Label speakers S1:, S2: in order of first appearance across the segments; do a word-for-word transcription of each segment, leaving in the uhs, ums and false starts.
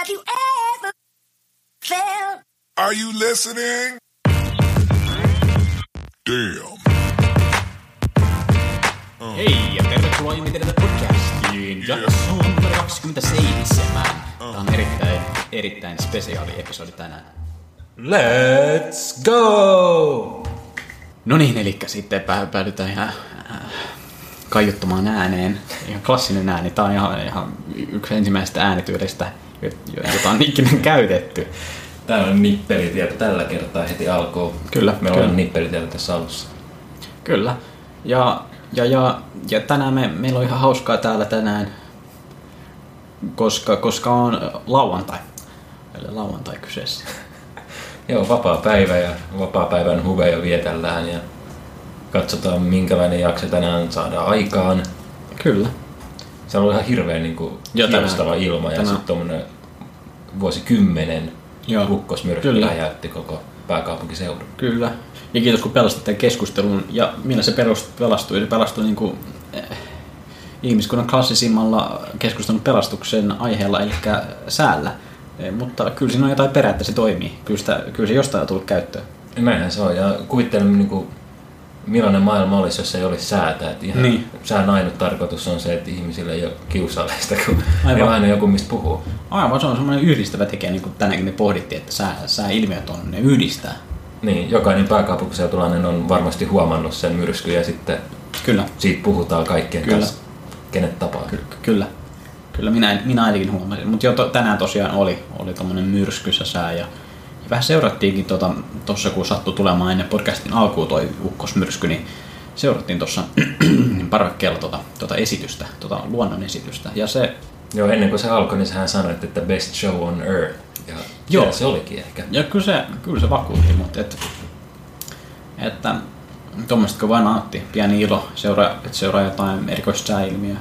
S1: Have you ever felt?
S2: Are you listening? Damn.
S3: Uh. Hei ja tervetuloa Imiteritä podcastiin. Jakso numero kaksikymmentäseitsemän. Uh. Tämä on erittäin, erittäin spesiaali episodi tänään.
S4: Let's go!
S3: No niin, eli sitten päädytään ihan äh, kaiuttamaan ääneen. Ihan klassinen ääni. Tämä on ihan, ihan yksi ensimmäisestä äänityylistä, jota on ikinä käytetty.
S4: Täällä on nipperitieto tällä kertaa heti alkuun.
S3: Kyllä.
S4: Meillä
S3: kyllä.
S4: on nipperitieto tässä alussa.
S3: Kyllä. Ja, ja, ja, ja tänään me, meillä on ihan hauskaa täällä tänään, koska, koska on lauantai. Eli lauantai kyseessä.
S4: Joo, vapaa päivä ja vapaa päivän huveja vietellään ja katsotaan minkälainen jakso tänään saadaan aikaan.
S3: Kyllä.
S4: Se on ollut ihan hirveän niin kuin kiinnostava ilma ja sitten tuommoinen vuosikymmenen ukkosmyrkky räjäytti koko pääkaupunkiseudun.
S3: Kyllä. Ja kiitos kun pelastitte keskustelun. Ja millä se pelastui? Se pelastui niin kuin, eh, ihmiskunnan klassisimmalla keskustelun pelastuksen aiheella, eli säällä. Eh, mutta kyllä siinä on jotain perää, että se toimii. Kyllä, sitä, kyllä se jostain on tullut käyttöön.
S4: Näinhän se on. Ja kuvittelen, niin kuin, millainen maailma olisi, jos ei olisi säätä. Että ihan niin. Sään ainut tarkoitus on se, että ihmisille ei ole kiusallista, kun ei ole aina joku, mistä puhuu.
S3: Aivan, se on semmoinen yhdistävä tekijä, niin kuin tänäänkin me pohdittiin, että sää, sääilmiöt on, ne yhdistää.
S4: Niin, jokainen pääkaupunkiseutulainen on varmasti huomannut sen myrskyn ja sitten
S3: kyllä.
S4: Siitä puhutaan kaikkien
S3: kyllä.
S4: kanssa, kenet tapaa.
S3: Ky- kyllä, kyllä minä, minä ainakin huomasin, mutta jo to, tänään tosiaan oli, oli tommoinen myrskyssä sää ja, ja vähän seurattiinkin tuossa, tota, kun sattui tulemaan ennen podcastin alkuun toi ukkosmyrsky, niin seurattiin tuossa parvekkeella tuota, tuota esitystä, tuota luonnon esitystä ja se...
S4: Joo, ennen kuin se alkoi, niin sähän sanoit, että best show on earth. Ja joo, se olikin ehkä.
S3: Ja kyllä se, kyllä se vakuutti, mutta et, että tuommoista kun vaan naatti, pieni ilo, seuraa, että seuraa jotain erikoista sääilmiöä.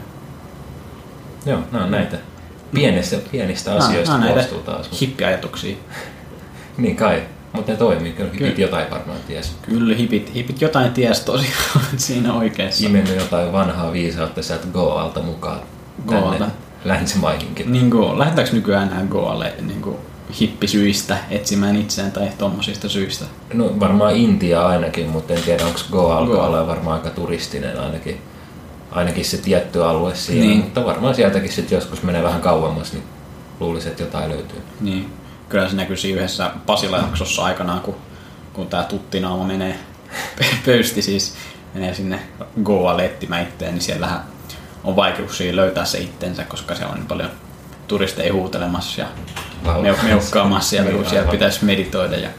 S4: Joo, nämä on näitä pienistä, pienistä asioista koostuu taas.
S3: Hippiajatuksia.
S4: Niin kai, mutta ne toimii. Kyllä hipit kyllä. Jotain varmaan ties.
S3: Kyllä hipit, hipit jotain ties tosiaan siinä oikeassa.
S4: Imennyt jotain vanhaa viisautta sieltä Goalta mukaan
S3: Goalta.
S4: Länsimaihinkin.
S3: Niin kuin, lähdetäänkö nykyään enää Goalle niin kuin hippisyistä etsimään itseään tai tommosista syistä?
S4: No varmaan Intia ainakin, mutta en tiedä onko Goa alkaa olla varmaan aika turistinen ainakin. Ainakin se tietty alue siinä, niin. Mutta varmaan sieltäkin sitten joskus menee vähän kauemmas, niin luulisin, että jotain löytyy.
S3: Niin, kyllä se näkyy siinä yhdessä Pasila-jaksossa aikanaan, kun, kun tää tuttinaama menee, pöysti siis, menee sinne Goalle etsimään itseään, niin siellähän on vaikeuksia löytää se itsensä, koska se on niin paljon turisteja huutelemassa ja wow. meukkaamassa siellä, kun siellä pitäisi meditoida ja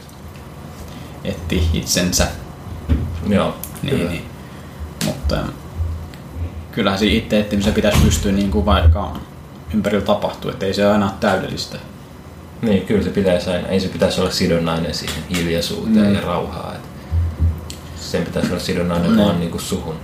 S3: etsiä itsensä.
S4: Joo,
S3: niin,
S4: kyllä.
S3: Niin. Mutta kyllähän siinä itse etsimisen pitäisi pystyä niin kuin vaikka ympärillä tapahtuu, ettei se aina ole täydellistä.
S4: Niin, kyllä se pitäisi aina. Ei se pitäisi olla sidonnainen siihen hiljaisuuteen mm. ja rauhaan. Sen pitäisi olla sidonnainen mm. vaan niin kuin suhun.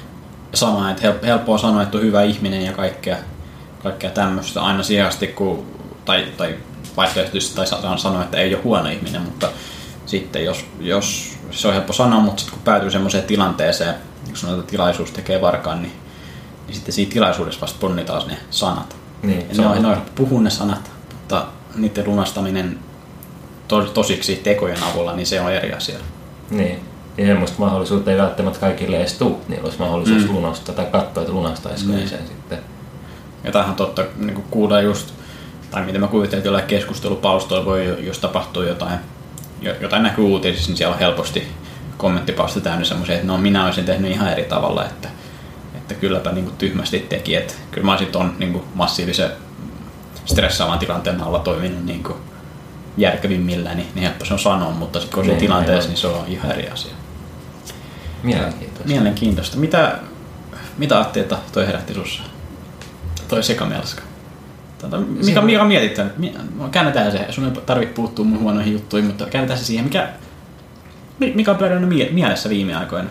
S3: Sama, että helppoa sanoa, että on hyvä ihminen ja kaikkea, kaikkea tämmöistä aina siihen asti, kun, tai, tai vaihtoehtoisesti tai sanoa, että ei ole huono ihminen, mutta sitten jos, jos se on helppo sanoa, mutta sitten kun päätyy semmoiseen tilanteeseen, jos noita tilaisuus tekee varkaan, niin, niin sitten siinä tilaisuudessa vasta punnitaan ne sanat.
S4: Niin,
S3: ne on, on puhun ne sanat, mutta niiden lunastaminen to, tosiksi tekojen avulla, niin se on eri asia.
S4: Niin. Ja semmoista mahdollisuutta ei välttämättä kaikille edes tule, niillä olisi mahdollisuus mm. lunastaa tai katsoa, että lunastaisiko mm. sen sitten.
S3: Ja tämähän totta niin kuulee just, tai miten mä kuvittelen, että jollain keskustelupalstoilla voi, jos tapahtuu jotain, jotain näkyy uutisissa, niin siellä on helposti kommenttipalsta täynnä semmoisia, että no minä olisin tehnyt ihan eri tavalla, että, että kylläpä niin kuin tyhmästi teki, että kyllä mä olisin ton niin kuin massiivisen stressaavan tilanteen alla toiminut niin kuin järkevimmillään, niin, niin helppo se on sanoa, mutta sitten kun on tilanteessa, niin se on ihan eri asia.
S4: Mielenkiintoista.
S3: Mielenkiintoista. Mitä, mitä ajatteita toi herätti sussa? Toi sekamelska. Tuota, mikä, mikä mietitään? Käännetään se. Sun ei tarvitse puuttua mun huonoihin juttuihin, mutta käännetään se siihen. Mikä, mikä on pyörinyt mie- mielessä viime aikoina?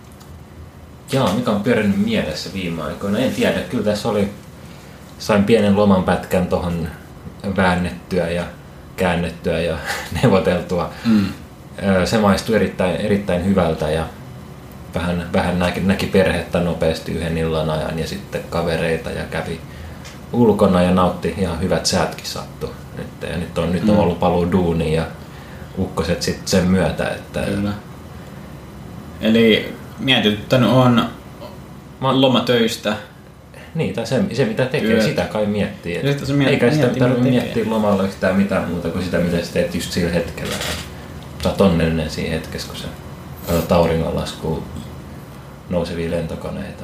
S4: Joo, mikä on pyörinyt mielessä viime aikoina? En tiedä. Kyllä tässä oli... Sain pienen lomanpätkän tuohon väännettyä ja käännettyä ja neuvoteltua. Mm. Se maistui erittäin, erittäin hyvältä ja vähän, vähän näki, näki perhettä nopeasti yhden illan ajan ja sitten kavereita ja kävi ulkona ja nautti ihan hyvät säätkin sattu. Et sitten. Ja nyt on, nyt on ollut paluu duuniin ja ukkoset sitten sen myötä. Että
S3: Kyllä. Eli mietityttänyt on
S4: Mä-
S3: lomatöistä.
S4: niin, tai se, se mitä tekee,
S3: Kyllä.
S4: sitä kai miettii. Et
S3: Sitten se miet-
S4: eikä sitä
S3: miettii,
S4: tarvitse
S3: mitä
S4: miettiä lomalla yhtään mitään muuta kuin sitä, mitä sä teet just sillä hetkellä. Sä oot onnellinen siinä hetkessä, kun sä katsot auringonlaskua, nousevia lentokoneita.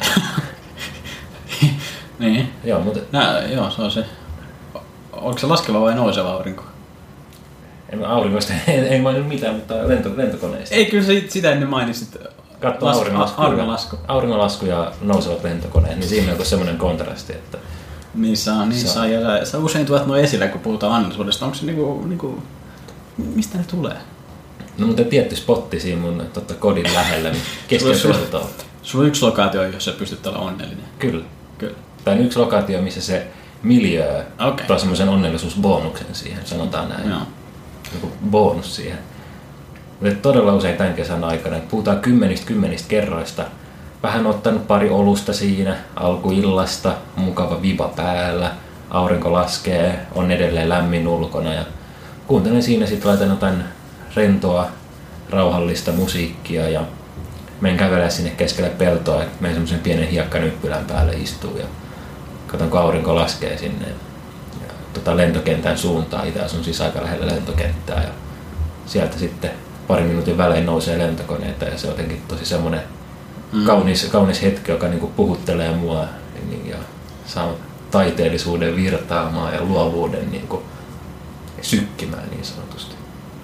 S3: Niin.
S4: Joo, mutta
S3: Nää, joo, se on se. Onko se laskeva vai nouseva aurinko?
S4: en mä auringosta en, en maininnut mitään, mutta lento, lentokoneista.
S3: Ei, kyllä sit- sitä ennen mainitsit.
S4: Katso
S3: Las-
S4: auringonlasku,
S3: auringonlasku.
S4: auringonlasku ja nousevat lentokoneet, niin siinä on semmoinen kontrasti, että
S3: Niissä on, niissä
S4: Se
S3: on, ja sä, sä usein tuot nuo esille, kun puhutaan annollisuudesta. Onko se niinku, niinku, mistä ne tulee?
S4: no mutta tietty spotti siinä mun totta kodin lähellä, niin keskellä
S3: Sulla-
S4: peltoa.
S3: Sulla on yksi lokaatio, jossa pystyt olla onnellinen.
S4: Kyllä.
S3: Kyllä.
S4: Tämä on yksi lokaatio, missä se miljöö
S3: Okei.
S4: tuo semmoisen onnellisuusbonuksen siihen, sanotaan näin.
S3: Joo.
S4: Joku bonus siihen. Mutta todella usein tämän kesän aikana, että puhutaan kymmenistä kymmenistä kerroista. Vähän ottanut pari olusta siinä alkuillasta, mukava viba päällä, aurinko laskee, on edelleen lämmin ulkona ja kuuntelen siinä sitten laitan jotain rentoa, rauhallista musiikkia ja menen kävelemään sinne keskelle peltoa, että menen semmoisen pienen hiekkanyppylän päälle istuu ja katson kun aurinko laskee sinne ja tota lentokentän suuntaan. Itse asun siis aika lähellä lentokenttää ja sieltä sitten pari minuutin välein nousee lentokoneita ja se on jotenkin tosi semmoinen mm. kaunis, kaunis hetki, joka niinku puhuttelee mua niin, ja saa taiteellisuuden virtaamaan ja luovuuden niinku sykkimään niin sanotusti.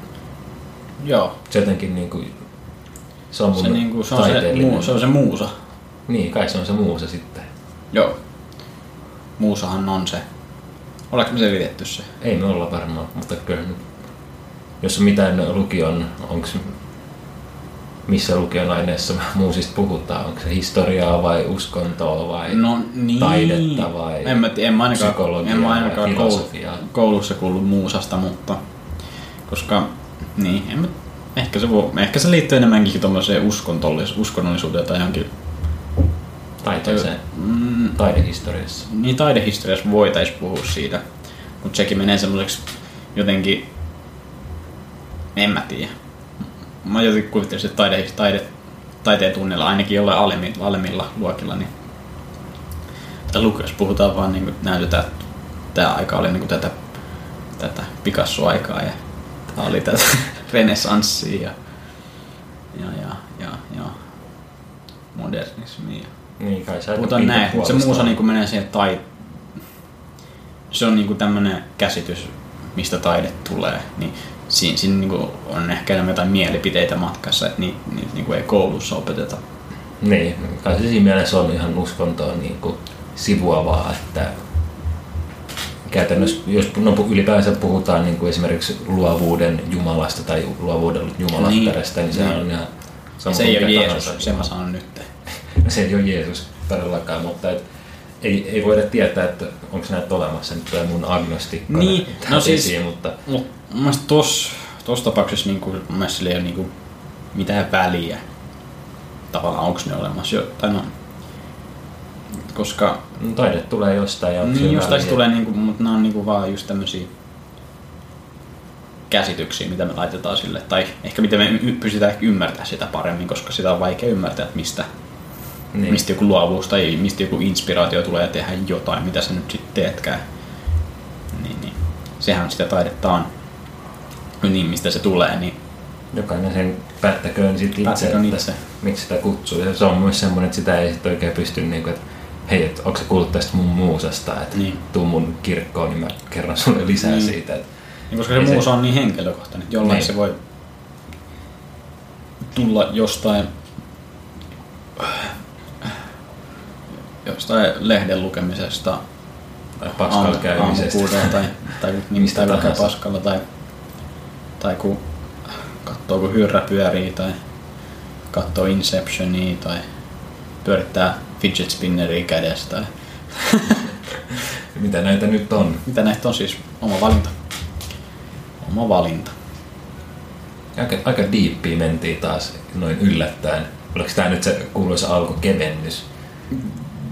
S3: Joo.
S4: Se jotenkin niinku, se on mun
S3: Se, niinku, se, on se,
S4: taiteellinen.
S3: muu, se on se muusa.
S4: Niin, kai se on se muusa sitten.
S3: Joo. Muusahan on se. Ollaanko me selitetty se?
S4: Ei me olla varmaan, mutta kyllä nyt, jos on mitään lukion, onko missä lukion aineessa muusista puhutaan, onko se historiaa vai uskontoa vai
S3: No niin.
S4: taidetta vai
S3: en mä, tii- en mä ainakaan,
S4: psykologiaa
S3: en mä
S4: vai
S3: ainakaan koulu,
S4: filosofiaa?
S3: koulussa kuullut muusasta, mutta koska niin, en mä, ehkä, se voi, ehkä se liittyy enemmänkin tuommoiseen uskontollis, uskonnollisuuteen tai johonkin
S4: taiteeseen,
S3: mm,
S4: taidehistoriassa.
S3: niin taidehistoriassa voitaisiin puhua siitä, mutta sekin menee semmoiseksi jotenkin, en mä tiedä. Mä jotenkin kuvittelisin, että taide, taide, taiteen tunnilla ainakin jollain alemmilla, alemmilla luokilla, niin tai lukiossa puhutaan vaan niin kuin näytetään, että tämä aika oli niin kuin tätä, tätä Picasso-aikaa ja tämä oli tätä renessanssia ja, ja, ja, ja, ja modernismia.
S4: Niin kai sä
S3: Puhutaan näin, mutta se muusa niin menee siihen tai se on niin tämmöinen käsitys, mistä taide tulee, niin siinä, siinä niin on ehkä enemmän jotain mielipiteitä matkassa, että niitä ni, niin ei koulussa opeteta.
S4: Niin, kai se siinä mielessä on ihan uskontoa niin kuin sivuavaa, että käytännössä, jos no, ylipäänsä puhutaan niin kuin esimerkiksi luovuuden jumalasta tai luovuuden jumalattaresta, niin, niin sehän on ihan sama
S3: se ei ole
S4: mikä
S3: Jeesus,
S4: tahansa.
S3: sen mä sanon nyt.
S4: Se ei ole Jeesus todellakaan, mutta et, ei, ei voida tietää, että onko näitä olemassa. Nyt tulee mun agnostikko
S3: Niin, no siis,
S4: esiin, mutta
S3: mut, mun mielestä tossa, tossa tapauksessa niin kuin, mun mielestä sillä ei ole niin kuin, mitään väliä. Tavallaan onko ne olemassa jo, tai no, koska
S4: no, taide tulee jostain. Ja
S3: niin, jostain se tulee, niin kuin, mutta nämä on niin kuin, vaan just tämmöisiä käsityksiä, mitä me laitetaan sille, tai ehkä miten me y- pystytään ehkä ymmärtämään sitä paremmin, koska sitä on vaikea ymmärtää, että mistä,
S4: niin.
S3: mistä joku luovuus tai mistä joku inspiraatio tulee ja tehdä jotain, mitä sä nyt sitten teetkään. Niin, niin. Sehän sitä taidetta on. Niin, mistä se tulee, niin
S4: Jokainen sen päättäköön sit itse,
S3: Päättäköön
S4: että
S3: itse.
S4: miksi sitä kutsuu. Ja se on myös semmoinen, että sitä ei sit oikein pysty, niin kuin, että hei, et, onko sä kuullut tästä mun muusasta, että
S3: Niin.
S4: tuu mun kirkkoon, niin mä kerron sulle lisää
S3: Niin.
S4: siitä. Että
S3: niin koska se
S4: ei
S3: muusa on niin henkilökohtainen, että jollain
S4: Niin.
S3: se voi tulla jostain jostain lehden lukemisesta
S4: tai paskalla
S3: aamu-
S4: käymisestä.
S3: aamupuuroa tai, tai
S4: Mistä
S3: mistä tahansa
S4: tahansa.
S3: paskalla tai, tai kun katsoo kun hyrrä pyörii tai katsoo Inceptionia tai pyörittää fidget spinneria kädessä tai
S4: Mitä näitä nyt on?
S3: mitä näistä on siis oma valinta. Oma valinta.
S4: Aika, aika diippiä mentiin taas noin yllättäen. Oliko tää nyt se kuuluisa alkukevennys?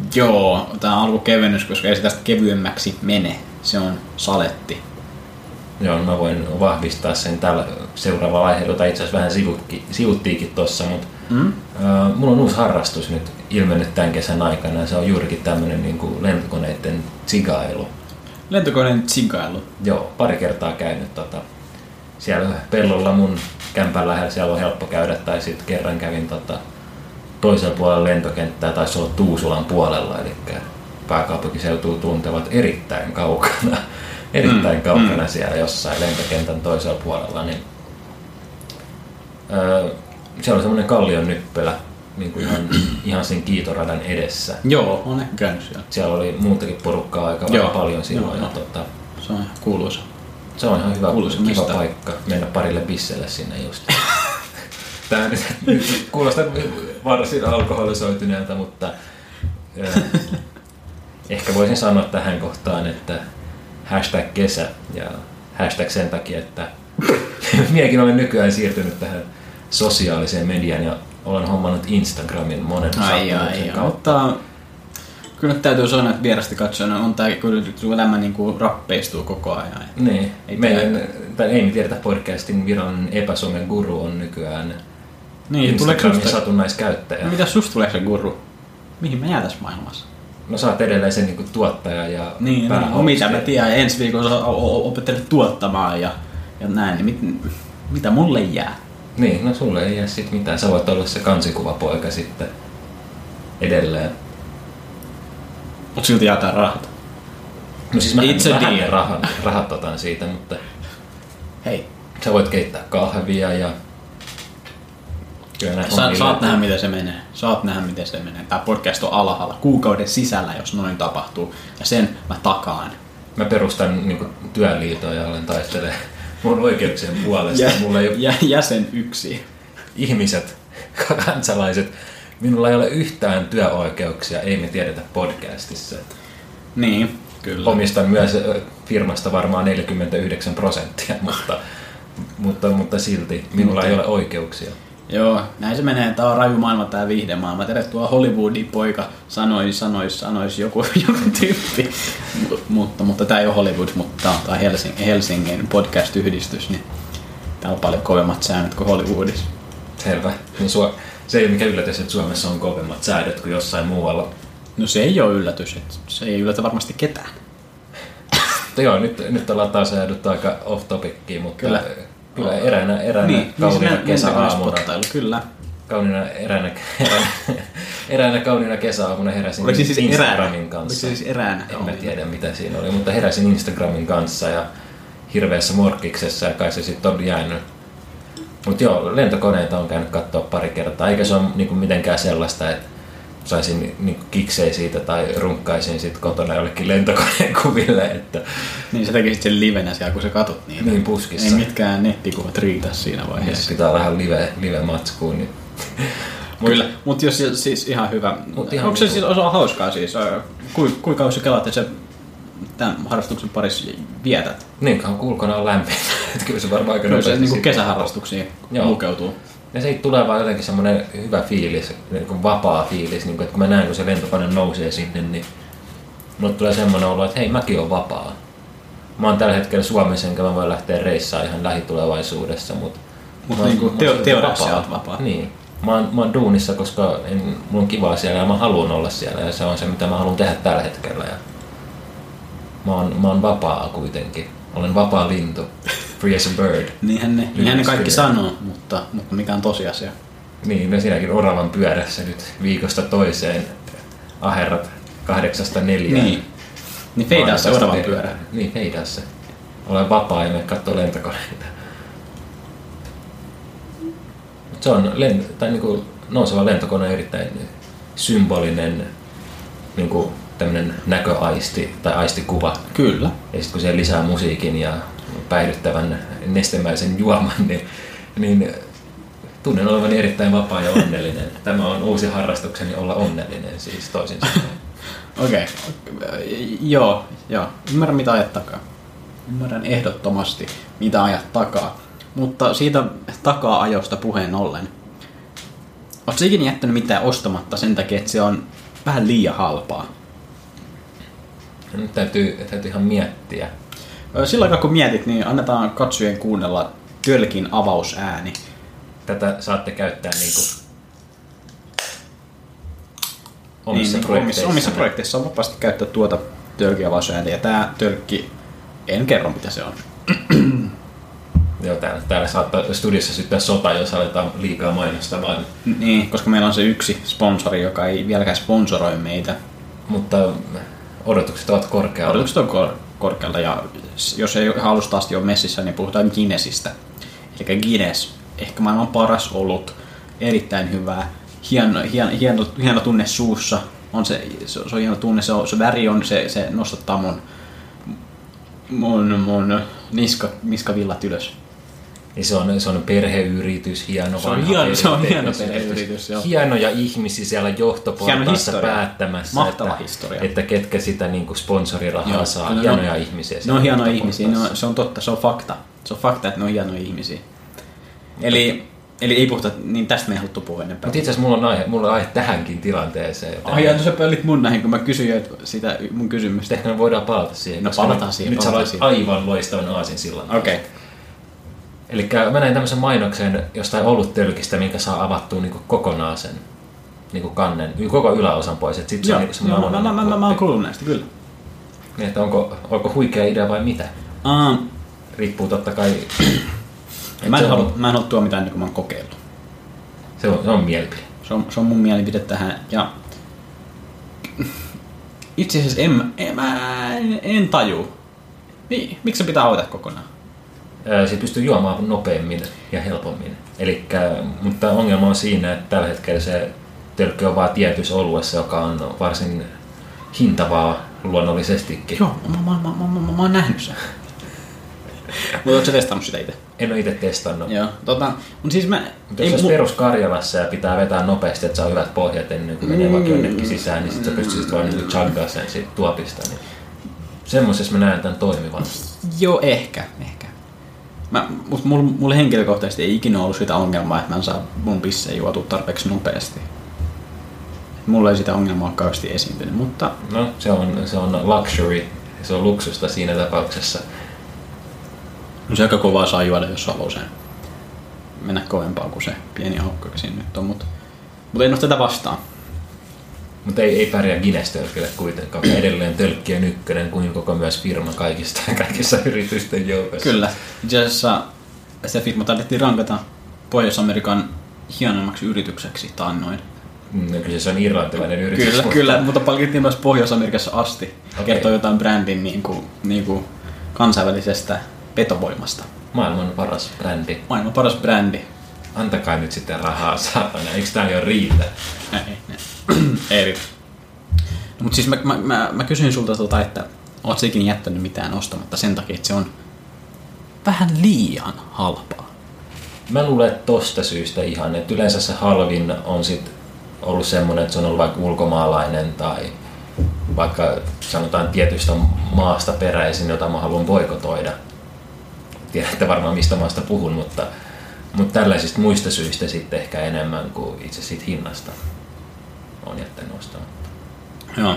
S3: Joo, tää on alkukevennys, koska ei se tästä kevyemmäksi mene. Se on saletti.
S4: Joo, mä voin vahvistaa sen tällä seuraavalla aiheella, jota itse asiassa vähän sivutki, sivuttiinkin tossa, mutta mm? äh, mulla on uusi harrastus nyt ilmennyt tämän kesän aikana, ja se on juurikin tämmönen niin kuin lentokoneiden tsigailu.
S3: Lentokoneen tsigailu?
S4: Joo, pari kertaa käynyt tota, siellä pellolla mun kämpän lähellä, siellä on helppo käydä, tai sitten kerran kävin tota, toisella puolella lentokenttää, taisi olla Tuusulan puolella, eli pääkaupunkiseutua tuntevat erittäin kaukana. Erittäin mm, kaukana mm. siellä jossain lentokentän toisella puolella, niin öö, siellä oli semmoinen kallionyppelä niin kuin ihan, ihan sen kiitoradan edessä.
S3: Joo, on ehkä käynyt siellä.
S4: Siellä oli muutakin porukkaa aika Joo, paljon silloin.
S3: Joo,
S4: ja, tota,
S3: se on kuuluisa.
S4: Se on ihan hyvä,
S3: kuuluisa
S4: kiva
S3: mistä?
S4: paikka mennä parille bisselle sinne just. Tämä nyt, nyt kuulostaa varsin alkoholisoituneelta, mutta öö, ehkä voisin sanoa tähän kohtaan, että hashtag kesä ja hashtag sen takia, että minäkin olen nykyään siirtynyt tähän sosiaaliseen mediaan ja olen hommannut Instagramin monen sattumuksen kautta.
S3: Mutta kyllä nyt täytyy sanoa, että vierasti katsojana on tämä, kyllä sun elämä niin kuin rappeistuu koko ajan.
S4: Niin, ei meidän, tai ei me tiedetä podcastin virallinen epäsomen guru on nykyään niin, Instagramin satunnaiskäyttäjä.
S3: No, mitä susta tulee se guru? Mihin mä jää tässä maailmassa?
S4: No sä oot edelleen sen niin tuottaja ja
S3: niin, no, mitä mä tiedän, ensi viikolla sä opettelet tuottamaan ja, ja näin, niin mit, mitä mulle jää?
S4: Niin, no sulle ei jää sit mitään, sä voit olla se kansikuvapoika sitten edelleen.
S3: Mut silti jäätään rahat.
S4: No siis mä vähän rahat, rahat otan siitä, mutta
S3: hei,
S4: sä voit keittää kahvia ja
S3: Sa- saat nähdä miten se menee. Saat nähdä miten se menee. Tää podcast on alhaalla kuukauden sisällä, jos noin tapahtuu. Ja sen mä takaan.
S4: Mä perustan niin työliitoja ja olen taistele mun oikeuksien puolesta.
S3: Ja,
S4: mulla ei ole
S3: ja jäsen yksi.
S4: Ihmiset, kansalaiset, minulla ei ole yhtään työoikeuksia, ei me tiedetä podcastissa.
S3: Niin, kyllä.
S4: Omistan myös firmasta varmaan neljäkymmentäyhdeksän prosenttia, mutta, mutta, mutta silti minulla mutta ei ole oikeuksia.
S3: Joo, näin se menee. Tää on raju maailma, tää viihdemaailma. Tervetuloa Hollywoodin poika, sanois, sanois, sanois joku, joku tyyppi. mutta, mutta tää ei ole Hollywood, mutta tää on tää Helsingin, Helsingin podcast-yhdistys, niin täällä on paljon kovemmat säännöt kuin Hollywoodissa.
S4: Selvä. Niin sua, se ei ole mikä yllätys, että Suomessa on kovemmat säädöt kuin jossain muualla.
S3: No se ei ole yllätys, että se ei yllätä varmasti ketään.
S4: Joo, nyt, nyt ollaan taas ajauduttu aika off-topickiin, mutta
S3: kyllä.
S4: Kyllä eräänä, eräänä
S3: niin,
S4: kauniina
S3: niin
S4: kesäaamuna.
S3: Kyllä.
S4: Kauniina, eräänä, eräänä, eräänä kauniina kesäaamuna heräsin
S3: Oliko siis
S4: Instagramin
S3: eräänä?
S4: kanssa.
S3: Oliko siis eräänä?
S4: En mä tiedä mitä siinä oli, mutta heräsin Instagramin kanssa ja hirveässä morkkiksessa ja kai se sitten on jäänyt. Mutta joo, lentokoneita on käynyt katsoa pari kertaa, eikä se ole niinku mitenkään sellaista, että saisin niinku kiksei siitä tai runkkaisin sit kotona jollekin lentokoneen kuville. Että
S3: niin sä tekisit sen livenä siellä, kun sä katot niitä.
S4: Niin puskissa.
S3: Ei mitkään nettikuvat riitä siinä vaiheessa.
S4: Pitää vähän live, live-matskuun. Niin.
S3: Kyllä, mutta jos siis ihan hyvä. Mut ihan onko se siis osa hauskaa siis? Kuinka kui kauan sä kelaat, että sä tämän harrastuksen parissa vietät?
S4: Niin kauan ulkona on lämmintä. Kyllä se varmaan aika
S3: Kyllä se
S4: nopeasti
S3: niin kesäharrastuksiin lukeutuu.
S4: Ja siitä tulee vaan jotenkin semmoinen hyvä fiilis, niin vapaa fiilis, niin kuin, että kun mä näen, kun se lentokone nousee sinne, niin mulle tulee semmoinen olo, että hei, mäkin oon vapaa. Mä oon tällä hetkellä Suomessa, enkä mä voin lähteä reissaan ihan lähitulevaisuudessa, mutta
S3: Mutta niin kuin teo- teoriassa oot vapaa.
S4: Niin. Mä oon, mä oon duunissa, koska en, mulla on kivaa siellä ja mä haluan olla siellä ja se on se, mitä mä haluan tehdä tällä hetkellä. Ja mä oon, mä oon vapaa kuitenkin. Olen vapaa lintu. Free as a bird.
S3: Niinhän ne, niinhän ne kaikki sanoo, mutta, mutta mikä on tosiasia?
S4: Niin, no siinäkin oravan pyörässä nyt viikosta toiseen aherrat kahdeksasta neljään.
S3: Niin, niin feidaa se oravan pyörä.
S4: Niin, feidaa se. Olen vapaa ja me katsoo lentokoneita. Se on lent- tai niinku nouseva lentokone erittäin symbolinen niinku tämmönen näköaisti tai aistikuva.
S3: Kyllä.
S4: Ja sitten kun se lisää musiikin ja päihdyttävän nestemäisen juoman, niin, niin tunnen olevani erittäin vapaa ja onnellinen. Tämä on uusi harrastukseni olla onnellinen, siis toisin sanoen.
S3: Okei, okay. joo, joo. Ymmärrän mitä ajat takaa. Ymmärrän ehdottomasti mitä ajat takaa. Mutta siitä takaa-ajosta puheen ollen. Oletko ikinä jättänyt mitään ostamatta sen takia, että se on vähän liian halpaa?
S4: Nyt täytyy, täytyy ihan miettiä.
S3: Silloin kun mietit, niin annetaan katsojien kuunnella tölkin avausääni.
S4: Tätä saatte käyttää niinku
S3: omissa, niin, projekteissa. Omissa projekteissa on vapaasti käyttää tuota tölkin avausääntä. Ja tää tölkki, en kerro mitä se on.
S4: Joo, täällä, täällä saattaa studiossa syttää sota, jos aletaan liikaa mainostamaan.
S3: Niin, koska meillä on se yksi sponsori, joka ei vieläkään sponsoroi meitä.
S4: Mutta odotukset ovat korkealla.
S3: Odotukset on kor- korkealla ja jos ei alusta asti ole messissä, niin puhutaan Guinnessistä. Eli Guinness, ehkä maailman paras olut, erittäin hyvää, hieno, hieno, hieno, hieno tunne suussa. On se, se, se on hieno tunne, se, on, se väri on, se, se nostattaa mun, mun, mun niska, niskavillat ylös.
S4: Ja se on, se on perheyritys, hieno
S3: se on hieno, perhe, se on hieno perheyritys. Joo.
S4: Hienoja ihmisiä siellä johtoportaassa päättämässä,
S3: mahtava
S4: että,
S3: historia.
S4: että ketkä sitä niin kuin sponsorirahaa joo, saa.
S3: No,
S4: hienoja ihmisiä.
S3: Ne on hienoja ihmisiä, no, se on totta, se on fakta. Se on fakta, että ne on hienoja ihmisiä. Eli, eli ei puhuta, niin tästä me ei haluttu puhua enempää.
S4: Mutta itse asiassa mulla on aihe, mulla on aihe tähänkin tilanteeseen.
S3: Ai ja no sä pöllit mun näihin, kun mä kysyin sitä mun kysymystä.
S4: Ehkä me voidaan palata siihen.
S3: No palataan siihen.
S4: Nyt sä aloit aivan loistavan aasinsillan.
S3: Okei. Okay.
S4: Eli mä näin tämmöisen mainoksen jostain oluttölkistä, minkä saa avattua niin kokonaan sen niin kannen, koko yläosan pois. Sit se
S3: joo,
S4: on niin
S3: joo mä, mä, mä, mä, mä oon kuullut näistä, kyllä.
S4: Niin, että onko, onko huikea idea vai mitä?
S3: Uh,
S4: Riippuu totta kai.
S3: mä, en halua, mä en halua tuoda mitään, niin kuin mä oon kokeillut.
S4: Se on, se on mielipide.
S3: Se on, se on mun mielipide tähän. Ja itse asiassa en, en, mä en, en taju. Niin, miksi se pitää avata kokonaan?
S4: Se pystyy juomaan nopeammin ja helpommin. Elikkä, mutta ongelma on siinä, että tällä hetkellä se tölkki on vaan tietyssä oluessa, joka on varsin hintavaa luonnollisestikin.
S3: Joo, mä, mä, mä, mä, mä, mä oon nähnyt sen. Mutta ootko sä testannut sitä itse?
S4: En ole itse testannut.
S3: Joo, tota, mutta siis mä...
S4: Mutta jos mu- perus Karjalassa ja pitää vetää nopeasti, että saa hyvät pohjat ennen kuin menee vaikka jonnekin sisään, niin sit sä pystyisit vaan niin chuggaa sen siitä tuopista. Niin semmoisessa mä näen tämän toimivan.
S3: Joo, ehkä, ehkä. Mä, mulla, mulla henkilökohtaisesti ei ikinä ollut sitä ongelmaa, että mä en saa mun pissejä juotua tarpeeksi nopeasti. Mulla ei sitä ongelmaa kauheasti esiintynyt, mutta...
S4: No, se on, se on luxury, se on luksusta siinä tapauksessa.
S3: No se aika kovaa saa juoda, jos haluaa sen mennä kovempaa kuin se pieni aukko, joka siinä nyt on, mutta, mutta en ole tätä vastaan.
S4: Mutta ei, ei pärjää Guinness-tölkille kuitenkaan. Edelleen tölkki on ykkönen kuin koko myös firma kaikista, kaikissa yritysten joukossa.
S3: Kyllä. Itse asiassa se firma taidettiin rankata Pohjois-Amerikan hienommaksi yritykseksi taannoin.
S4: No, kyllä se on irlantilainen yritys.
S3: Kyllä, mutta... kyllä, mutta palkittiin myös Pohjois-Amerikassa asti. Okay. Kertoo jotain brändin niin kuin, niin kuin kansainvälisestä petovoimasta.
S4: Maailman paras brändi.
S3: Maailman paras brändi.
S4: Antakaa nyt sitten rahaa, saatana. Eikö tää jo riitä?
S3: Ei, ei. Ei. No, mutta siis mä, mä, mä, mä kysyin sulta, tuota, että oot sä ikinä jättänyt mitään ostamatta sen takia, että se on vähän liian halpaa.
S4: Mä luulen, että tosta syystä ihan. Että yleensä se halvin on sit ollut semmonen, että se on ollut vaikka ulkomaalainen tai vaikka sanotaan tietystä maasta peräisin, jota mä haluan boikotoida. Tiedätte varmaan mistä maasta puhun, mutta, mutta tällaisista muista syistä sitten ehkä enemmän kuin itse siitä hinnasta on jättänyt ostamatta.
S3: Joo.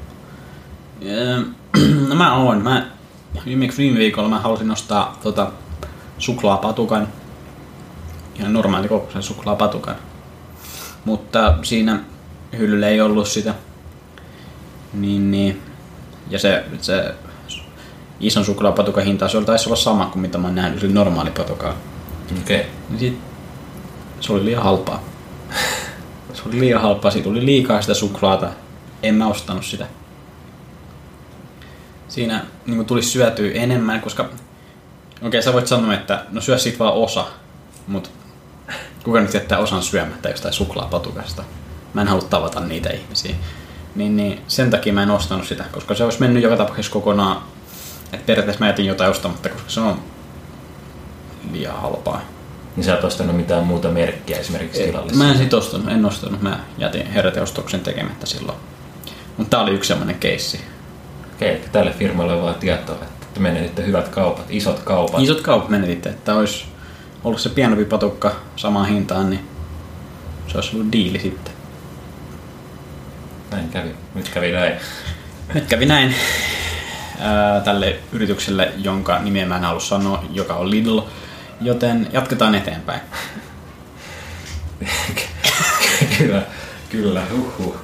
S3: No mä oon. Mä, viimeksi viime viikolla mä halusin ostaa tota, suklaapatukan. Ihan normaali kokoisen suklaapatukan. Mutta siinä hyllyllä ei ollut sitä. Niin, niin. Ja se, se ison suklaapatukan hinta se taisi olla sama kuin mitä mä oon nähnyt sillä normaali patukaa.
S4: Okei. Okay.
S3: Niin se oli liian halpaa. Se oli liian halpaa, siitä tuli liikaa sitä suklaata. En mä ostanut sitä. Siinä niin tuli syötyä enemmän, koska okei, okay, sä voit sanoa, että no syö siitä vaan osa, mutta kuka nyt jättää osan syömättä jostain suklaapatukasta? Mä en halua tavata niitä ihmisiä. Niin, niin sen takia mä en ostanut sitä, koska se olisi mennyt joka tapauksessa kokonaan. Että periaatteessa mä jätin jotain ostamatta, koska se on liian halpaa.
S4: Niin sä et ostanut mitään muuta merkkiä esimerkiksi tilallisia?
S3: Mä en sit ostanut, en ostanut. Mä jätin heräteostoksen tekemättä silloin. Mutta tää oli yksi semmonen keissi.
S4: Okei, okay, tälle firmalle on vaan tietoa, että menetitte hyvät kaupat, isot kaupat.
S3: Isot kaupat menetitte, että olisi ollut se pienempi patukka samaan hintaan, niin se olisi ollut diili sitten.
S4: Näin kävi. Nyt kävi näin.
S3: Nyt kävi näin. ää, tälle yritykselle, jonka nimeä mä en halua sanoa, joka on Lidl, joten jatketaan eteenpäin.
S4: Kyllä, kyllä, uhuh.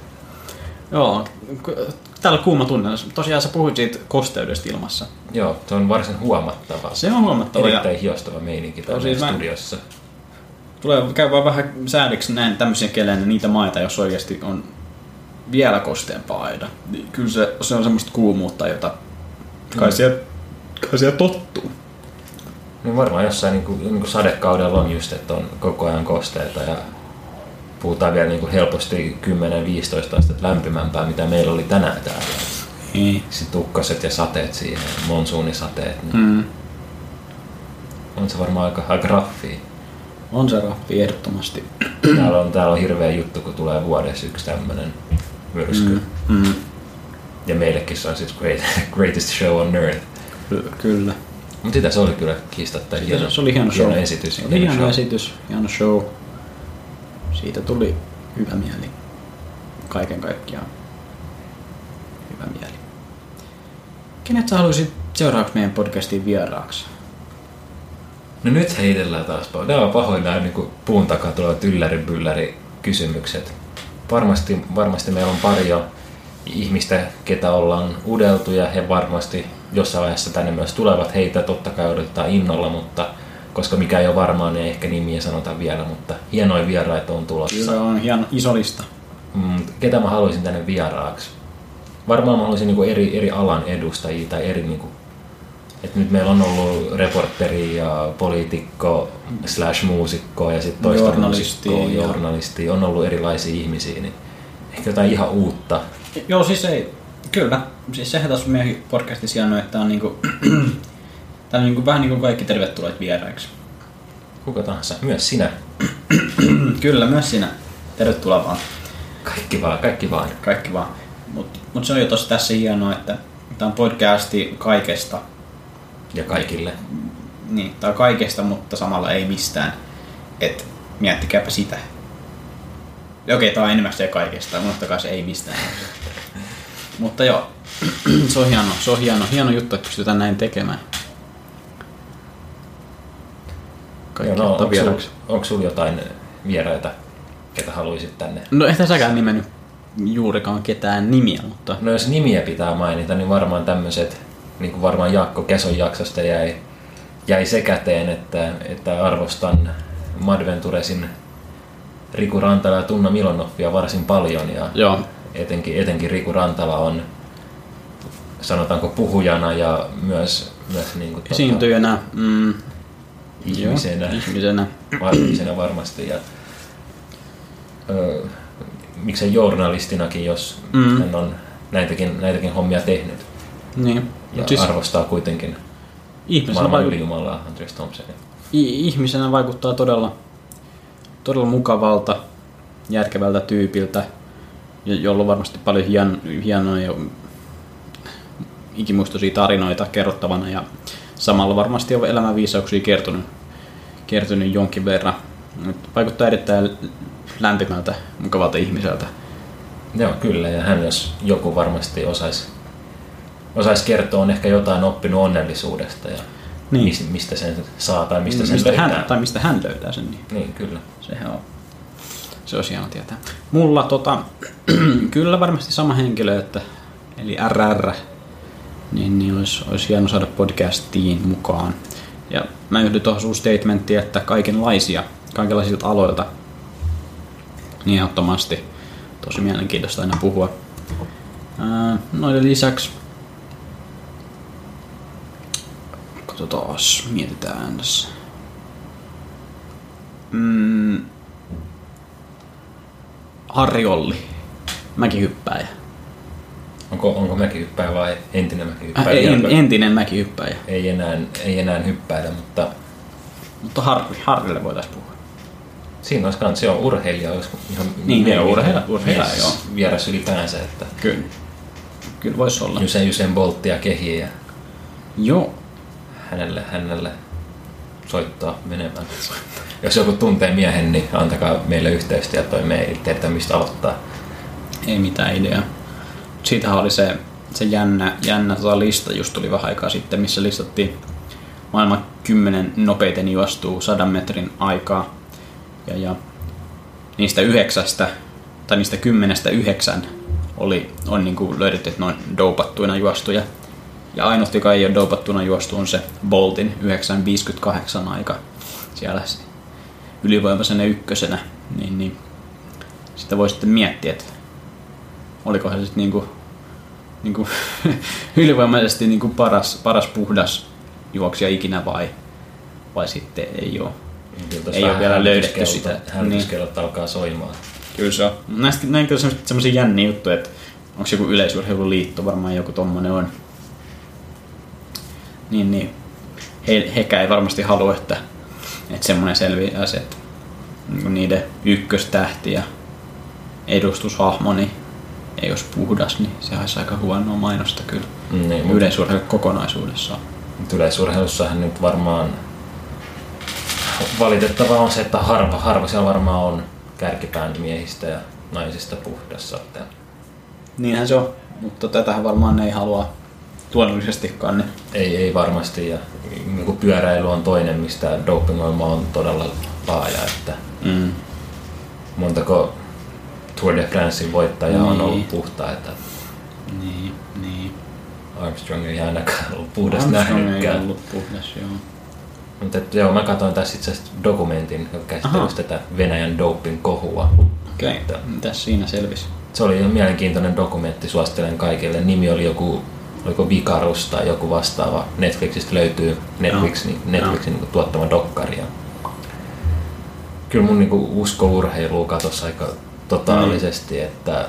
S3: Joo, täällä on kuuma tunne. Tosiaan sä puhuit siitä kosteudesta ilmassa.
S4: Joo, se on varsin huomattava.
S3: Se on huomattava.
S4: Erittäin hiostava meininki täällä
S3: siis
S4: studiossa. Mä...
S3: Tulee käy vaan vähän säädöksi näin tämmöisiä kelejä niitä maita, jos oikeasti on vielä kosteampaa aina. Kyllä se, se on semmoista kuumuutta, jota kai mm. siellä, kai siellä tottuu.
S4: No varmaan jossain niin kuin, niin kuin sadekaudella on just, että on koko ajan kosteita ja puhutaan vielä niin kuin helposti kymmenen viisitoista astetta lämpimämpää, mitä meillä oli tänään täällä.
S3: Mm.
S4: Sitten ukkoset ja sateet siihen, monsuunisateet. Niin
S3: Mm.
S4: on se varmaan aika, aika raffia.
S3: On se raffi ehdottomasti.
S4: Täällä on, täällä on hirveä juttu, kun tulee vuodessa yksi tämmönen myrsky.
S3: Mm. Mm.
S4: Ja meillekin se on siis great, greatest show on earth.
S3: Ky- kyllä.
S4: Mutta sitä se oli kyllä kiistatta. Hieno,
S3: Se oli hieno show.
S4: hieno esitys.
S3: Se oli hieno, hieno esitys, hieno show. Siitä tuli hyvä mieli. Kaiken kaikkiaan hyvä mieli. Kenet sä haluaisit seuraavaksi meidän podcastiin vieraaksi?
S4: No nyt heitellään taas paljon. Nämä on pahoin nämä niin puun takaa tulevat ylläri-bylläri kysymykset. Varmasti, varmasti meillä on pari jo ihmistä, ketä ollaan udeltu ja he varmasti jossain vaiheessa tänne myös tulevat. Heitä totta kai odotetaan innolla, mutta koska mikä ei ole varmaa, niin ei ehkä nimiä sanota vielä, mutta hienoja vieraita on tulossa.
S3: Kyllä on hieno iso lista.
S4: Mm, ketä mä haluaisin tänne vieraaksi? Varmaan mä haluaisin niinku eri, eri alan edustajia tai eri niinku, että nyt meillä on ollut reporteri ja poliitikko slash muusikko ja sitten toista
S3: Journalisti
S4: muusikkoa,
S3: ja-
S4: journalisti. On ollut erilaisia ihmisiä, niin ehkä jotain ihan uutta.
S3: Joo, siis ei. Kyllä. Siis sehän tässä on meidän podcastissa hienoa, että on niinku, täällä on niinku vähän niin kuin kaikki tervetulleet vieraiksi.
S4: Kuka tahansa, myös sinä.
S3: Kyllä, myös sinä. Tervetuloa vaan.
S4: Kaikki vaan, kaikki vaan.
S3: Kaikki vaan. Mutta mut se on jo tossa tässä hienoa, että tämä on podcasti kaikesta.
S4: Ja kaikille.
S3: Niin, tää on kaikesta, mutta samalla ei mistään. Et miettikääpä sitä. Okei, tää on enemmän se kaikesta, unohtakaa se ei mistään. Mutta joo, se on hieno, se on hieno, hieno juttu, että pystytään näin tekemään. Kaikki
S4: Joo, no,
S3: ottaa
S4: onko sulla
S3: vieraksi.
S4: sul jotain vieraita, ketä haluaisit tänne?
S3: No ehkä säkään nimennyt juurikaan ketään nimiä, mutta...
S4: No jos nimiä pitää mainita, niin varmaan tämmöiset, niin kuin varmaan Jaakko Keson jaksosta jäi, jäi se käteen, että, että arvostan Madventuresin Riku Rantala ja Tunna Milonoffia varsin paljon. Ja
S3: Joo.
S4: etenkin, etenkin Riku Rantala on, sanotaanko puhujana ja myös, myös niin kuin,
S3: Esiintyjänä. Mm,
S4: ihmisenä,
S3: joo, ihmisenä.
S4: ihmisenä varmasti. Ja, ö, miksei journalistinakin, jos
S3: Mm.
S4: hän on näitäkin, näitäkin hommia tehnyt.
S3: Niin.
S4: Ja
S3: Mut siis
S4: arvostaa kuitenkin
S3: ihmisenä,
S4: maailman
S3: vaikut-
S4: ylijumalaa Andreas Thompsonia.
S3: i- ihmisenä vaikuttaa todella, todella mukavalta, järkevältä tyypiltä, jo- jolla on varmasti paljon hien, hienoja ikimuistoisia tarinoita kerrottavana ja samalla varmasti on elämänviisauksia kertynyt, kertynyt jonkin verran. Mut vaikuttaa erittäin lämpimältä, mukavalta ihmiseltä.
S4: Joo, kyllä. Ja hän jos joku varmasti osaisi osais kertoa, on ehkä jotain oppinut onnellisuudesta ja
S3: Niin.
S4: mis, mistä sen saa tai mistä sen
S3: mistä
S4: löytää.
S3: hän, tai mistä hän löytää sen. Niin.
S4: Niin, kyllä.
S3: Sehän on. Se olisi hieno tietää. Mulla tota, kyllä varmasti sama henkilö, että, eli R R, niin, niin olisi, olisi hieno saada podcastiin mukaan. Ja mä yhdyn tuohon sun statementtiin, että kaikenlaisia, kaikenlaisilta aloilta, niin ehdottomasti tosi mielenkiintoista aina puhua. Ää, noiden lisäksi, katsotaan, mietitään tässä. Mm, Harri Olli, mäkihyppääjä.
S4: Onko, onko mäkihyppääjä vai entinen
S3: Äh,
S4: mäkihyppääjä?
S3: en, entinen mäkihyppääjä,
S4: Ei enää, ei enää hyppäillä, mutta
S3: mutta Harri, Harrille voitaisiin puhua.
S4: siinä olisi kans, se on urheilija, olisi ihan
S3: Niin,
S4: miehen-
S3: urheilija, urheilija,
S4: mies
S3: joo.
S4: vieras ylipäänsä, että
S3: Kyllä, kyllä voisi olla.
S4: Usain, Usain Bolttia kehiä ja
S3: Joo,
S4: hänelle, hänelle soittaa menemään. Jos joku tuntee miehen, niin antakaa meille yhteystietoja, me ei tiedetä mistä aloittaa.
S3: ei mitään ideaa. Siitähän oli se se jännä, jännä tota lista just tuli vähän aikaa sitten, missä listattiin maailman kymmenen nopeiten juostuu sadan metrin aikaa. Ja, ja niistä yhdeksästä, tai niistä kymmenestä yhdeksän oli, on niin kuin löydetty, että ne on doupattuina juostuja. Ja ainut, joka ei ole doupattuna juostu, on se Boltin yhdeksän viisikymmentäkahdeksan aika siellä ylivoimaisena ykkösenä. Niin, niin. Sitä voi sitten miettiä, että olikohan se sitten niinku, niinku ylivoimaisesti niinku paras, paras puhdas juoksija ikinä vai, vai sitten ei ole. Ei ole vielä löydetty sitä.
S4: Hälytyskellot niin. Alkaa soimaan.
S3: Kyllä se on. Näistä näin kyllä semmoisia jänniä juttuja, että onko joku yleisurheiluliitto, varmaan joku tommonen on. Niin, niin. He, hekään ei varmasti halua, että, että semmoinen selviää se, että niiden ykköstähti ja edustushahmo niin ei olisi puhdas, niin se olisi aika huonoa mainosta kyllä niin, yleisurheilu kokonaisuudessaan.
S4: Yleisurheilussahan nyt varmaan valitettavaa on se, että harva, harva siellä varmaan on kärkipään miehistä ja naisista puhdassa.
S3: Niinhän se on, mutta tätähän varmaan ei halua luonnollisestikaan. Niin.
S4: Ei, ei varmasti, ja niin pyöräily on toinen, mistä dopingoima on todella laaja. Että
S3: mm.
S4: montako Tour de Francein voittajaa niin. on ollut puhtaita.
S3: Niin, niin.
S4: Armstrong ei ainakaan ollut puhdas nähnytkään.
S3: Armstrong ei ollut puhdas, joo.
S4: Mutta joo, mä katsoin tässä itse asiassa dokumentin, joka käsitteli tätä Venäjän doping-kohua.
S3: Okei, okay. Mitäs siinä selvisi?
S4: Se oli ihan mielenkiintoinen dokumentti, suosittelen kaikille. Nimi oli joku, oliko Vikarus tai joku vastaava. Netflixistä löytyy Netflix, no. Netflixin no. tuottama dokkari. Ja kyllä mun niinku usko urheiluun katosi aika totaalisesti, mm. että,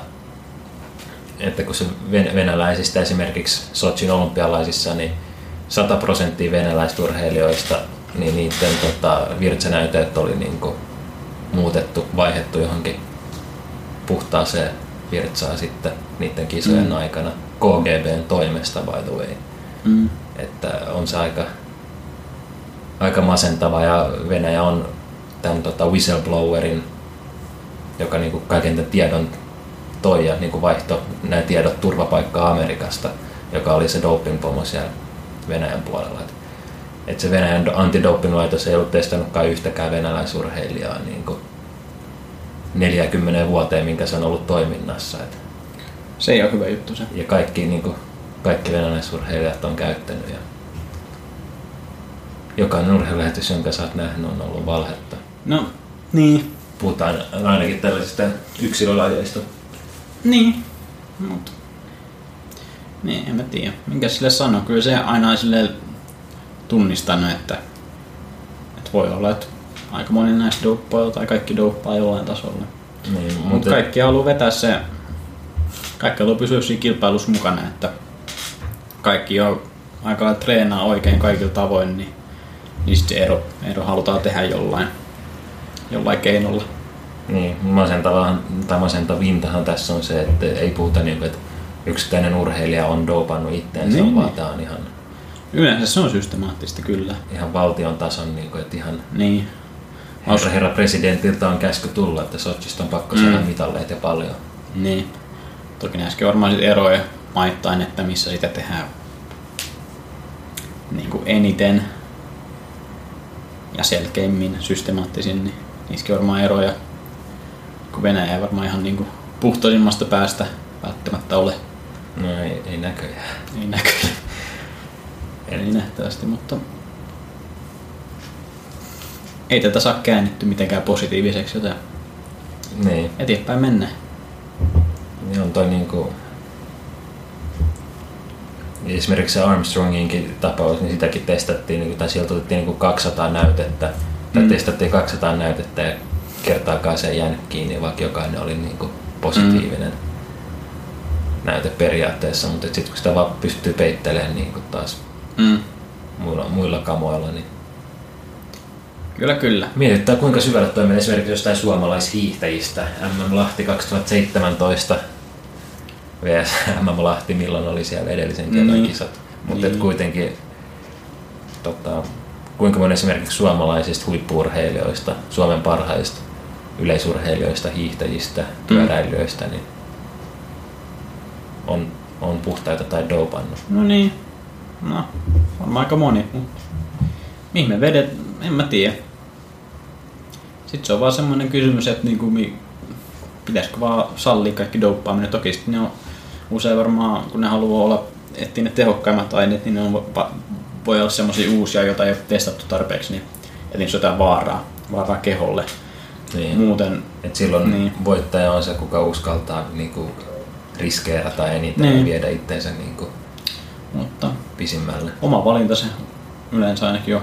S4: että kun se venäläisistä esimerkiksi Sotsin olympialaisissa, niin sata prosenttia venäläisturheilijoista, niin niiden tota, virtsanäyteet oli niinku muutettu, vaihdettu johonkin puhtaaseen virtsaan sitten niiden kisojen mm. aikana K G B:n toimesta, by the way.
S3: Mm.
S4: Että on se aika, aika masentava, ja Venäjä on tämän tota, whistleblowerin, joka niinku kaiken tämän tiedon toi ja niinku vaihto nämä tiedot turvapaikkaa Amerikasta, joka oli se dopingpomo siellä Venäjän puolella. Et, et se Venäjän antidopinglaitos ei ollut testannutkaan yhtäkään venäläisurheilijaa niinku neljääkymmeneen vuoteen, minkä se on ollut toiminnassa. Et
S3: se ei ole hyvä juttu se.
S4: Ja kaikki, niinku, kaikki venäläisurheilijat on käyttänyt. Ja jokainen urheilulähetys, jonka sä oot nähnyt, on ollut valhetta.
S3: No, niin.
S4: Puhutaan ainakin tällaisista yksilölajeista.
S3: Niin, mutta niin, en mä tiedä. Minkä sille sanoo? Kyllä se aina on silleen tunnistanut, että, että voi olla, että aika moni näistä douppaa tai kaikki douppaa jollain tasolla.
S4: Niin,
S3: mutta Mut kaikki haluaa vetää se, kaikki haluaa pysyä siinä kilpailussa mukana, että kaikki on aika lailla treenaa oikein kaikilla tavoin, niin, niin sit se ero, ero halutaan tehdä jollain, jollain keinolla.
S4: Niin, masentavahan, tai masentavintahan tässä on se, että ei puhuta niin, että yksittäinen urheilija on dopannut itteensä, niin, vaan tää on ihan
S3: yleensä se on systemaattista kyllä.
S4: Ihan valtion tason, niin kuin, että ihan
S3: niin.
S4: Herra, herra presidentiltä on käsky tulla, että Sotsista on pakko saada mm. mitalleita paljon.
S3: Niin. Toki näissäkin varmaan sit eroja maittain, että missä sitä tehdään niin kuin eniten ja selkeimmin, systemaattisin, niin niissäkin varmaan eroja. Kun Venäjä ei varmaan ihan niin kuin puhtoisimmasta päästä välttämättä ole.
S4: No ei, ei näköjään.
S3: Ei näköjään. Ei nähtävästi, mutta ei tätä saa käännetty mitenkään positiiviseksi, joten
S4: niin.
S3: Eteenpäin mennään.
S4: Niin on toi niinku esimerkiksi se Armstronginkin tapaus, niin sitäkin testattiin, tai sieltä otettiin niinku kaksisataa näytettä, tai mm. testattiin kaksisataa näytettä ja kertaakaan se ei jäänyt kiinni, vaikka jokainen oli niinku positiivinen mm. näyte periaatteessa, mutta sitten kun sitä vaan pystyy peittelemään niinku taas
S3: mm.
S4: muilla, muilla kamoilla, niin
S3: kyllä, kyllä.
S4: Mietittää kuinka syvälle toimii esimerkiksi jostain suomalaishiihtäjistä. M M Lahti kaksituhattaseitsemäntoista vs M M Lahti, milloin oli siellä edellisen kerran niin. kisat. Mutta niin. kuitenkin tota, kuinka moni esimerkiksi suomalaisista huippu-urheilijoista, Suomen parhaista yleisurheilijoista, hiihtäjistä, pyöräilijöistä, niin on on puhtaita tai dopannut.
S3: No niin. No, varmaan aika moni. Mihin me vedet, en mä tiedä. Sitten se on vaan semmoinen kysymys, että niinku, pitäisikö vaan sallia kaikki douppaaminen. Toki sitten ne on usein varmaan, kun ne haluaa olla, etsiä ne tehokkaimmat aineet, niin ne on, voi olla semmoisia uusia, joita ei ole testattu tarpeeksi, niin etin se jotain vaaraa, vaaraa keholle.
S4: Niin.
S3: Muuten,
S4: et silloin
S3: niin.
S4: voittaja on se, kuka uskaltaa niinku riskeerata eniten niin. ja viedä itteensä niinku
S3: mutta
S4: pisimmälle.
S3: Oma valinta se yleensä ainakin on.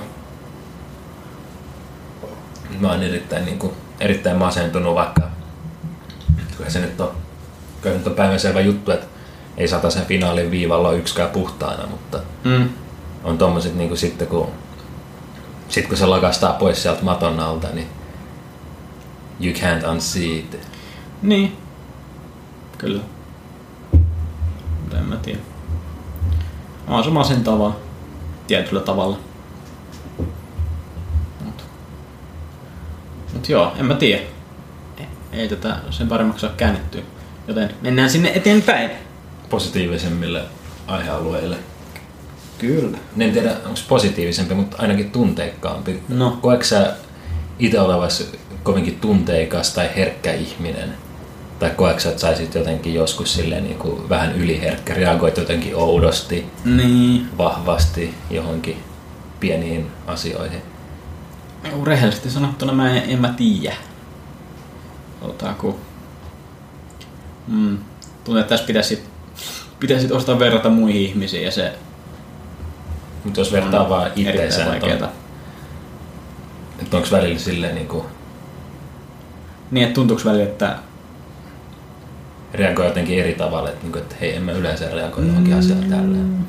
S4: Mä oon erittäin, niinku, erittäin masentunut, vaikka kyllä se nyt on, kyllä nyt on päivänselvä juttu, että ei sataisen finaalin viivalla ole yksikään puhtaana, mutta
S3: mm.
S4: on tommoset niinku sitten kun sit kun se lakastaa pois sieltä maton alta, niin you can't unsee it.
S3: Niin. Kyllä. Mutta en mä tiedä. On se masentavaa. Tietyllä tavalla. Mut. Mut joo, en mä tiedä. Ei tätä sen paremmaksi saa käännettyä. Joten mennään sinne eteenpäin.
S4: Positiivisemmille aihealueille.
S3: Kyllä.
S4: En tiedä, onko positiivisempi, mutta ainakin tunteikkaampi.
S3: No.
S4: Koetko sä itse olevasi kovinkin tunteikas tai herkkä ihminen? Tai koetko sä, että saisit jotenkin joskus silleen niin kuin vähän yliherkkä, reagoit jotenkin oudosti,
S3: niin.
S4: vahvasti johonkin pieniin asioihin?
S3: Rehellisesti sanottuna mä en, en mä tiedä. Otaku. Mm. Tuntuu, että tässä pitäisi, pitäisi ostaa verrata muihin ihmisiin ja se...
S4: Mutta jos vertaa vaan itseensä,
S3: että
S4: on, onko välillä silleen niin kuin...
S3: Niin, että tuntuuko välillä, että...
S4: reagoi jotenkin eri tavalla, että, niin kuin, että hei, en mä yleensä reagoi johonkin mm. asiaan tälleen.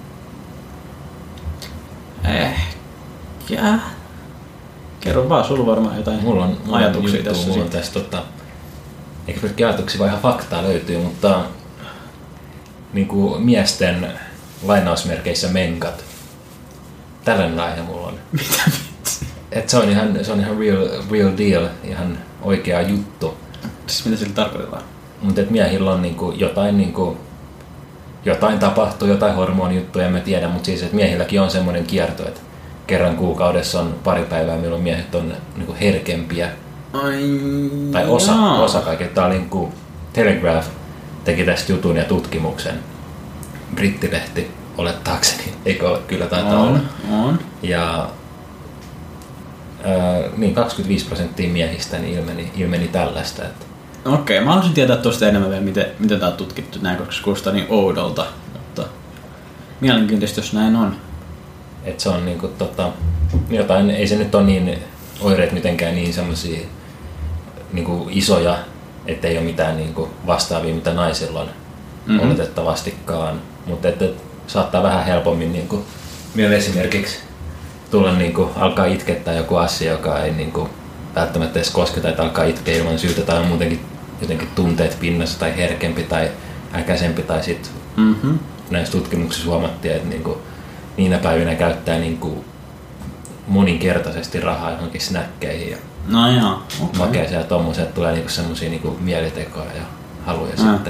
S3: Ehkä. Kerro vaan, sulla varmaan jotain
S4: mulla on, mulla
S3: ajatuksia
S4: juttu,
S3: tässä.
S4: Mulla on tässä tota... Eikä pelkkiä ajatuksia, vaan ihan faktaa löytyy, mutta... Niin kuin miesten lainausmerkeissä menkat. Tällainen aihe mulla on.
S3: Mitä vitsi?
S4: Et se on ihan, se on ihan real, real deal, ihan oikea juttu.
S3: Siis mitä sillä tarkoitetaan?
S4: Mutta miehillä on niinku jotain, niinku, jotain tapahtuu, jotain hormonijuttuja, en mä tiedä, mutta siis että miehilläkin on semmoinen kierto, että kerran kuukaudessa on pari päivää, milloin miehet on niinku herkempiä.
S3: Ai,
S4: tai osa, osa kaiken. Tää oli niinku Telegraph teki tästä jutun ja tutkimuksen. Brittilehti olettaakseni, eikö ole? Kyllä taitaa
S3: on,
S4: olla.
S3: On.
S4: Ja ää, niin kaksikymmentäviisi prosenttia miehistä niin ilmeni, ilmeni tällaista. Että
S3: okei, mä haluaisin tietää tuosta enemmän vielä, miten, miten tää on tutkittu näin, koska se kuulostaa niin oudolta. Mutta mielenkiintoista, jos näin on.
S4: Että se on niinku tota, jotain, ei se nyt ole niin oireet mitenkään niin semmosia niinku isoja, ettei ole mitään niinku vastaavia, mitä naisilla on mm-hmm. oletettavastikaan. Mutta että saattaa vähän helpommin niinku, vielä esimerkiksi tulla niinku, alkaa itkettää joku asia, joka ei niinku välttämättä edes kosketa, että alkaa itkeä ilman syytä tai on muutenkin jotenkin tunteet pinnassa tai herkempi tai äkäisempi tai sit mm-hmm. näissä tutkimuksissa huomattiin, että niinku, niinä päivinä käyttää niinku moninkertaisesti rahaa johonkin snäkkeihin ja
S3: no joo, okay.
S4: makeeseen ja tommoset, tulee niinku semmosia niinku mielitekoja ja haluja
S3: äh.
S4: sitten.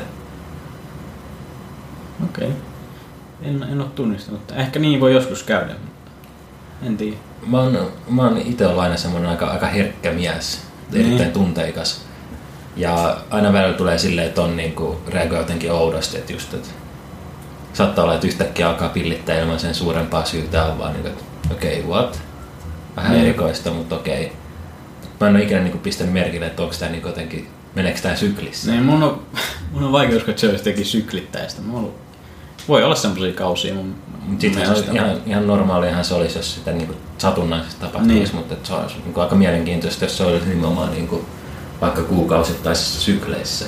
S3: Okei. Okay. En, en ole tunnistanut. Ehkä niin voi joskus käydä, mutta en tiedä.
S4: Mä oon, mä oon ite ollut aina semmonen aika, aika herkkä mies, erittäin niin. tunteikas. Ja aina välillä tulee silleen, että on niinku reagoi jotenkin oudosti, että just, että saattaa olla, että yhtäkkiä alkaa pillittää ilman sen suurempaa syytä, on vaan niinku, että okei, okay, what? Vähän niin. erikoista, mutta okei. Okay. Mä en ole ikinä niinku pistänyt merkille, että onko tää niinku jotenkin, meneekö tää syklissä?
S3: Niin, mun on, mun on vaikea uskoa, että se olisi jotenkin syklittäistä. Ollut, voi olla semmosia kausia mun, mun
S4: Sitten se on ihan, ihan normaaliahan se olisi, jos sitä niinku satunnaisesti tapahtuisi, niin. mutta se olisi niinku aika mielenkiintoista, jos se olisi nimenomaan niinku vaikka kuukausittaisissa sykleissä.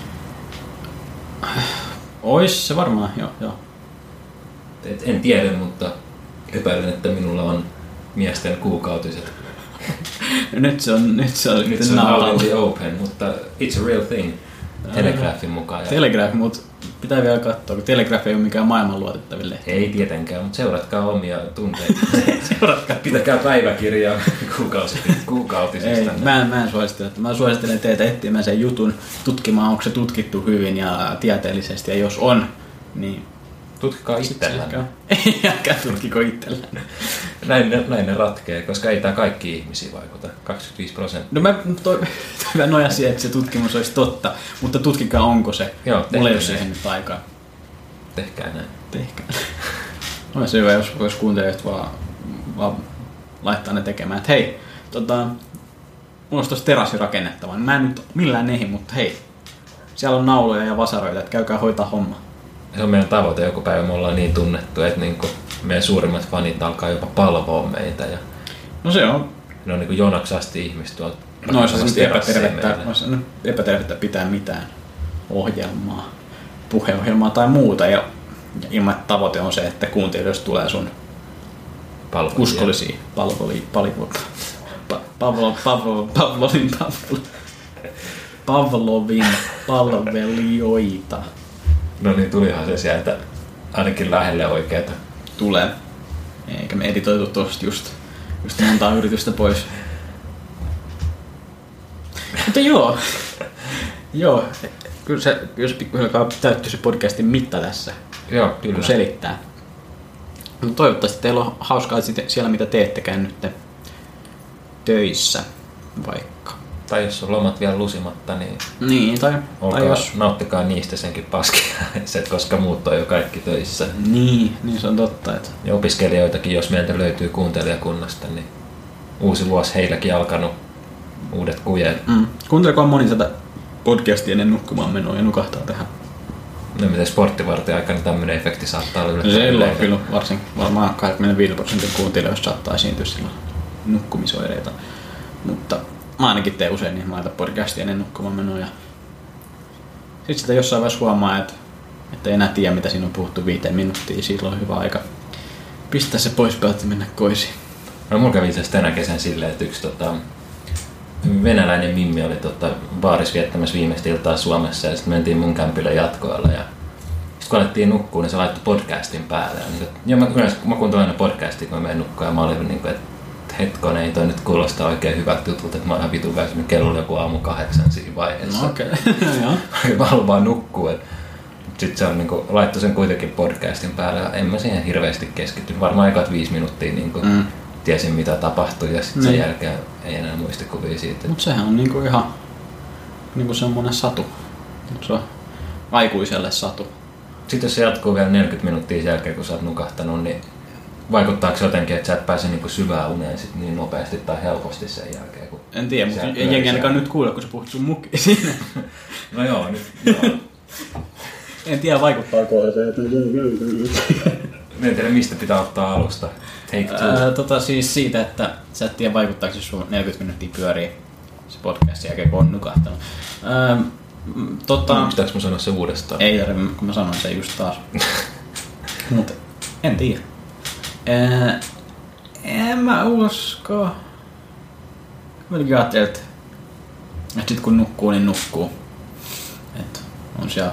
S3: Ois se varmaan, joo. joo.
S4: Et en tiedä, mutta epäilen, että minulla on miesten kuukautiset.
S3: nyt se on nyt se on,
S4: nyt se on out in the open, mutta it's a real thing. Telegraphin mukaan.
S3: Telegraph, mutta pitää vielä katsoa, kun Telegraph ei ole mikään maailman luotettavin lehti.
S4: Ei tietenkään, mutta seuratkaa omia tunteita. seuratkaa. Pitäkää päiväkirjaa kuukautisista.
S3: Ei, mä en, mä en suosittele. Mä suosittelen teitä etsimään sen jutun, tutkimaan, onko se tutkittu hyvin ja tieteellisesti. Ja jos on, Niin.
S4: Tutkikaa itsellään.
S3: Ei jälkeen tutkiko itsellään.
S4: Näin, ne- näin ne ratkee, koska ei tää kaikki ihmisiä vaikuta. kaksikymmentäviisi prosenttia.
S3: No mä, toi, toi nojasin, että se tutkimus olisi totta, mutta tutkikaa onko se.
S4: Joo,
S3: Mulla ei
S4: tehkää
S3: ole siihen
S4: näin.
S3: nyt aikaa.
S4: Tehkää näin.
S3: Tehkää. Olisi hyvä, jos, jos kuuntelijat vaan, vaan laittaa ne tekemään. Et hei, tota, mulla olisi tossa terassi rakennettava. Mä en nyt millään nehi, mutta hei. Siellä on nauloja ja vasaroita, että käykää hoitaa homma.
S4: Se on meidän tavoite. Joku päivä me ollaan niin tunnettu, että niinku meidän suurimmat fanit alkaa jopa palvoa meitä. Ja
S3: No se on.
S4: ne on niinku jonaksi asti ihmistä tuolta.
S3: No olisi se nyt
S4: terassia
S3: epätervettä,
S4: meille.
S3: olisi nyt epätervettä pitää mitään ohjelmaa, puheohjelmaa tai muuta. Ja, ja ilman, että tavoite on se, että kuuntelijoista tulee sun
S4: Palvojia.
S3: uskollisia palvoli, palvoli, pa, Pavlo, Pavlo, Pavlovin Pavlo, Pavlovin palvelijoita
S4: No niin, tulihan se sieltä ainakin lähelle oikeeta.
S3: tulee. Eikä me editoitu tosta just, just montaa yritystä pois. Mutta joo, joo, kyllä se, kyllä se pikkuhiljaa täyttyy se podcastin mitta tässä,
S4: Joo,
S3: kun
S4: kyllä.
S3: selittää. Mutta toivottavasti teillä on hauskaa sit- siellä, mitä teettekään nyt töissä vaikka.
S4: Tai jos on lomat vielä lusimatta, niin
S3: Niin, tai,
S4: olkaa,
S3: tai jos...
S4: nauttikaa niistä senkin paskia, se, koska muut on jo kaikki töissä.
S3: Niin, niin se on totta, että...
S4: Ja opiskelijoitakin, jos meiltä löytyy kuuntelijakunnasta, niin uusi vuosi heilläkin alkanut, uudet kujeet.
S3: Mm. Kuuntelekoon moni tätä podcastia ennen nukkumaan menoa ja nukahtaa tähän.
S4: No miten sporttivartin aikana tämmöinen efekti saattaa olla
S3: Se
S4: yllättävän
S3: ei ole
S4: yleinen.
S3: kyllä varsin varmaan kaksikymmentäviisi prosenttia kuuntelijoista saattaa esiintyä silloin nukkumisoireita. Mutta mä ainakin teen usein, niin mä laitan podcastia ennen nukkumaan menoa. Ja... Sitten sitä jossain vaiheessa huomaa, että, että ei enää tiedä mitä siinä on puhuttu viiteen minuuttia. Silloin on hyvä aika pistää se pois päältä ja mennä koisiin.
S4: No mulla kävi itse asiassa tänä kesän silleen, että yksi tota, venäläinen mimmi oli tota, baarissa viettämässä viimeistä iltaa Suomessa ja sitten mentiin mun kämpille jatkoilla ja sitten kun alettiin nukkua, niin se laittoi podcastin päälle. Ja, niin, ja mä, yleensä, mä kuuntelen aina podcastia, kun mä menen nukkumaan ja mä olin niin kuin, että hetkonen, ei toi nyt kuulostaa oikein hyvältä jutulta, että mä oon ihan vitun väsynyt, kello oli joku aamu kahdeksan siinä vaiheessa.
S3: No okei, joo.
S4: Mä haluan vaan nukkua. Sitten se on, niin kuin, laittoi sen kuitenkin podcastin päälle ja en mä siihen hirveästi keskittynyt. Varmaan ekat viisi minuuttia niin kuin,
S3: Mm.
S4: tiesin mitä tapahtui ja sitten sen
S3: Niin.
S4: jälkeen ei enää muistikuvia siitä.
S3: Mutta sehän on niinku ihan niinku semmonen satu. Se on aikuiselle satu.
S4: Sitten jos se jatkuu vielä neljäkymmentä minuuttia sen jälkeen kun sä oot nukahtanut, niin vaikuttaako se jotenkin, että sä et pääse niinku syvään uneen sit niin nopeasti tai helposti sen jälkeen? Kun
S3: En tiedä, mutta
S4: sä
S3: jengi ainakaan
S4: pyörisee?
S3: nyt kuule, kun sä puhut sun muki siinä.
S4: No joo, nyt joo.
S3: En tiedä vaikuttaako se.
S4: Mä en tiedä mistä pitää ottaa alusta. Take two.
S3: Ää, tota siis siitä, että sä et tiedä vaikuttaako se sun neljäkymmentä minuuttia pyörii se podcast sen jälkeen kun on nukahtanut. Ää, m, tota,
S4: Pitääkö mä sanoa se uudestaan?
S3: ei tarvitse, kun mä sanoin sen just taas. Mut en tiedä. Ää, en mä usko. Mä ajattelin, että että sit kun nukkuu, niin nukkuu. Että on siellä...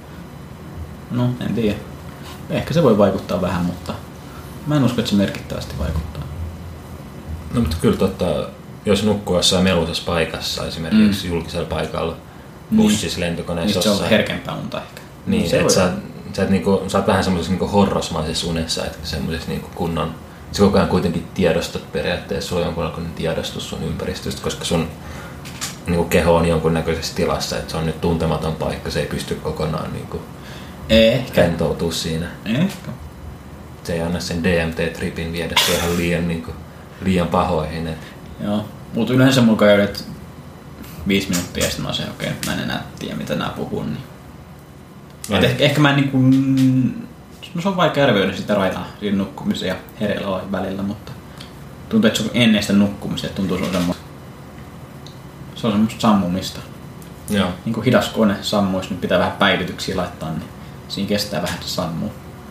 S3: No, en tiedä. Ehkä se voi vaikuttaa vähän, mutta mä en usko, että se merkittävästi vaikuttaa.
S4: No mutta kyllä totta, jos nukkuu jossain melusassa paikassa, esimerkiksi mm. julkisella paikalla, bussissa, lentokoneessa,
S3: Niin se on
S4: jossain.
S3: herkempää unta ehkä.
S4: Niin,
S3: se
S4: että
S3: voi
S4: sä,
S3: olla.
S4: sä, et niinku, sä oot vähän semmoisessa niinku horrosmaisessa unessa, että semmoisessa niinku kunnon, sä koko ajan kuitenkin tiedostat periaatteessa, sulla on jonkunlainen tiedostus sun ympäristöstä, koska sun niinku keho on jonkunnäköisessä tilassa, että se on nyt tuntematon paikka, se ei pysty kokonaan niinku
S3: Ehkä.
S4: rentoutua siinä.
S3: Ehkä.
S4: Se ei anna sen D M T-tripin viedä sua ihan liian, niinku, liian pahoihin. Et.
S3: Joo. Mutta yleensä mulla käy, että viisi minuuttia ja sitten mä oon se, okei, okay, mä en enää tiedä mitä nää puhuu. Niin.
S4: No,
S3: Et ehkä, ehkä mä en niinku... No se on vaikea arvioida sitä rajaa siinä nukkumisen ja hereillä olla välillä, mutta tuntuu, että se on ennen sitä nukkumista, että tuntuu se on semmoista... Se on semmoista sammumista.
S4: joo.
S3: Niin kuin hidas kone sammuisi, nyt pitää vähän päivityksiä laittaa, niin siinä kestää vähän se sammuu.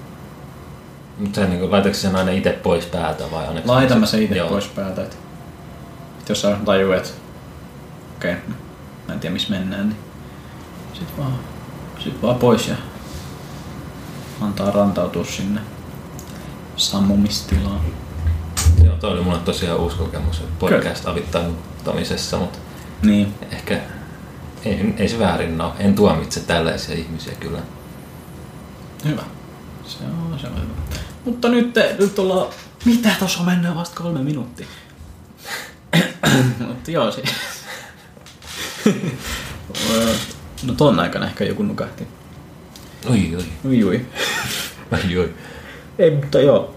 S4: Mutta sä niinku, laitatko sen aina itse pois päältä vai annetko
S3: Laitan mä
S4: sen-
S3: se itse
S4: joo.
S3: pois päältä, että et jos sä tajuu, että okei, okay, mä en tiedä missä mennään, niin sit vaan, sit vaan pois ja antaa rantautua sinne sammumistilaan.
S4: Joo, toi oli mulle tosiaan uusi kokemus, että podcast avittaa nukuttamisessa, mutta
S3: Niin,
S4: ehkä ei, ei se väärin ole. En tuomitse tällaisia ihmisiä kyllä.
S3: Hyvä. Se on, se on hyvä. Mutta nyt, nyt ollaan... Mitä tossa on mennyt vasta kolme minuuttia? Mutta joo, siis... No ton aikana ehkä joku nukahti.
S4: Oi, oi.
S3: Ui, ui.
S4: Oi, oi.
S3: Ei, mutta joo.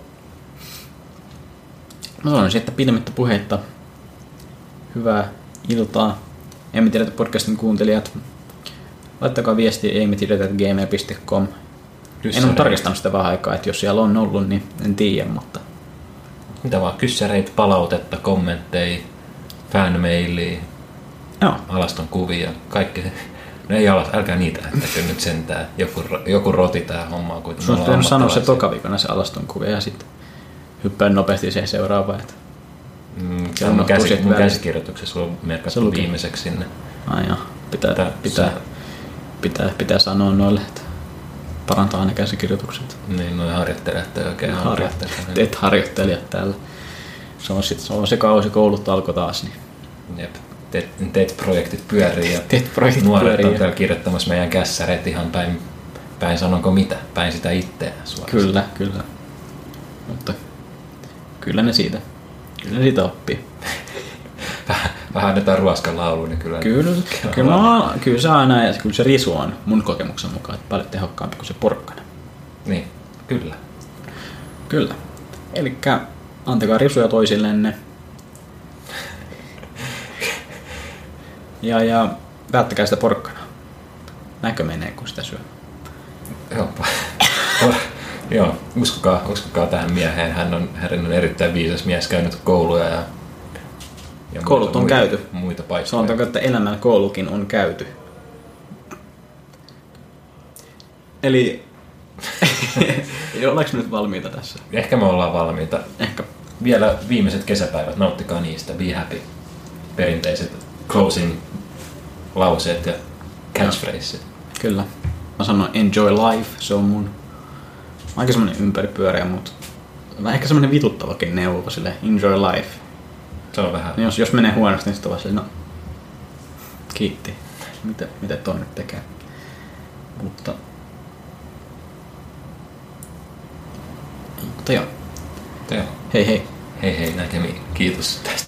S3: Mä sanoisin, että pidemmittä puheitta. Hyvää iltaa. Emme tiedä podcastin kuuntelijat. Laittakaa viestiä eimetiedetä at gmail piste com. En ole tarkistanut sitä vähän aikaa, että jos siellä on ollut, niin en tiedä, mutta...
S4: Mitä vaan, kyssäreitä, palautetta, kommentteja, fanmailia,
S3: Joo.
S4: alaston kuvia, kaikki. No ei alas, älkää niitä lähettäkö nyt sentään. Joku, joku roti tää hommaa kuitenkin.
S3: Sun on sanoa se toka viikona se alaston kuvia ja sitten hyppään nopeasti siihen seuraavaan. Että
S4: mm, se on mun, käsi, mun käsikirjoituksessa, sulla on merkattu viimeiseksi sinne.
S3: Ai joo, pitää,
S4: Tää,
S3: pitää,
S4: se...
S3: pitää, pitää sanoa noille, että parantaa ne käsikirjoitukset.
S4: Niin, noin harjoittelijat ei oikein
S3: harjoittelijat. Teet harjoittelijat täällä. Se on, sit, se on se kausi, koulut alkoi taas. Niin.
S4: Jep. Teet, teet projektit pyörii ja
S3: teet projektit
S4: nuoret
S3: pyörii.
S4: on täällä kirjoittamassa meidän kässäreet ihan päin, päin sanonko mitä, päin sitä itseään suoraan.
S3: Kyllä, kyllä. Mutta kyllä ne siitä, kyllä ne siitä oppii.
S4: Vähän, vähän annetaan ruoskan lauluun, niin kyllä...
S3: Kyllä, kyllä, kyllä, mä, kyllä se aina, ja kyllä se risu on mun kokemuksen mukaan paljon tehokkaampi kuin se porkkana.
S4: Niin, kyllä.
S3: Kyllä. Elikkä antakaa risuja toisillenne. Ja, ja välttäkää sitä porkkanaa. Näkö menee, kun sitä syö.
S4: Joo, joo uskokaa, uskokaa tähän mieheen. Hän on, hän on erittäin viisas mies, käynyt kouluja ja, ja
S3: Koulut
S4: muita,
S3: on
S4: muita,
S3: käyty.
S4: Muita paikkoja.
S3: Sanotaanko, että elämän koulukin on käyty. Eli ollaanko nyt valmiita tässä?
S4: Ehkä me ollaan valmiita.
S3: Ehkä.
S4: Vielä viimeiset kesäpäivät, nauttikaa niistä. Be happy. Perinteiset closing lauseet ja catchphrases.
S3: Kyllä. Mä sanon enjoy life, se on mun aika semmonen ympäripyöreä, mutta ehkä semmonen vituttavakin neuvo sille enjoy life.
S4: Se on vähän...
S3: Jos, jos menee huonosti, niin sitten on vaan no kiitti. Mitä, mitä toi nyt tekee? Mutta... Mutta joo.
S4: Joo.
S3: Hei hei.
S4: Hei hei, näkemiin. Kiitos tästä.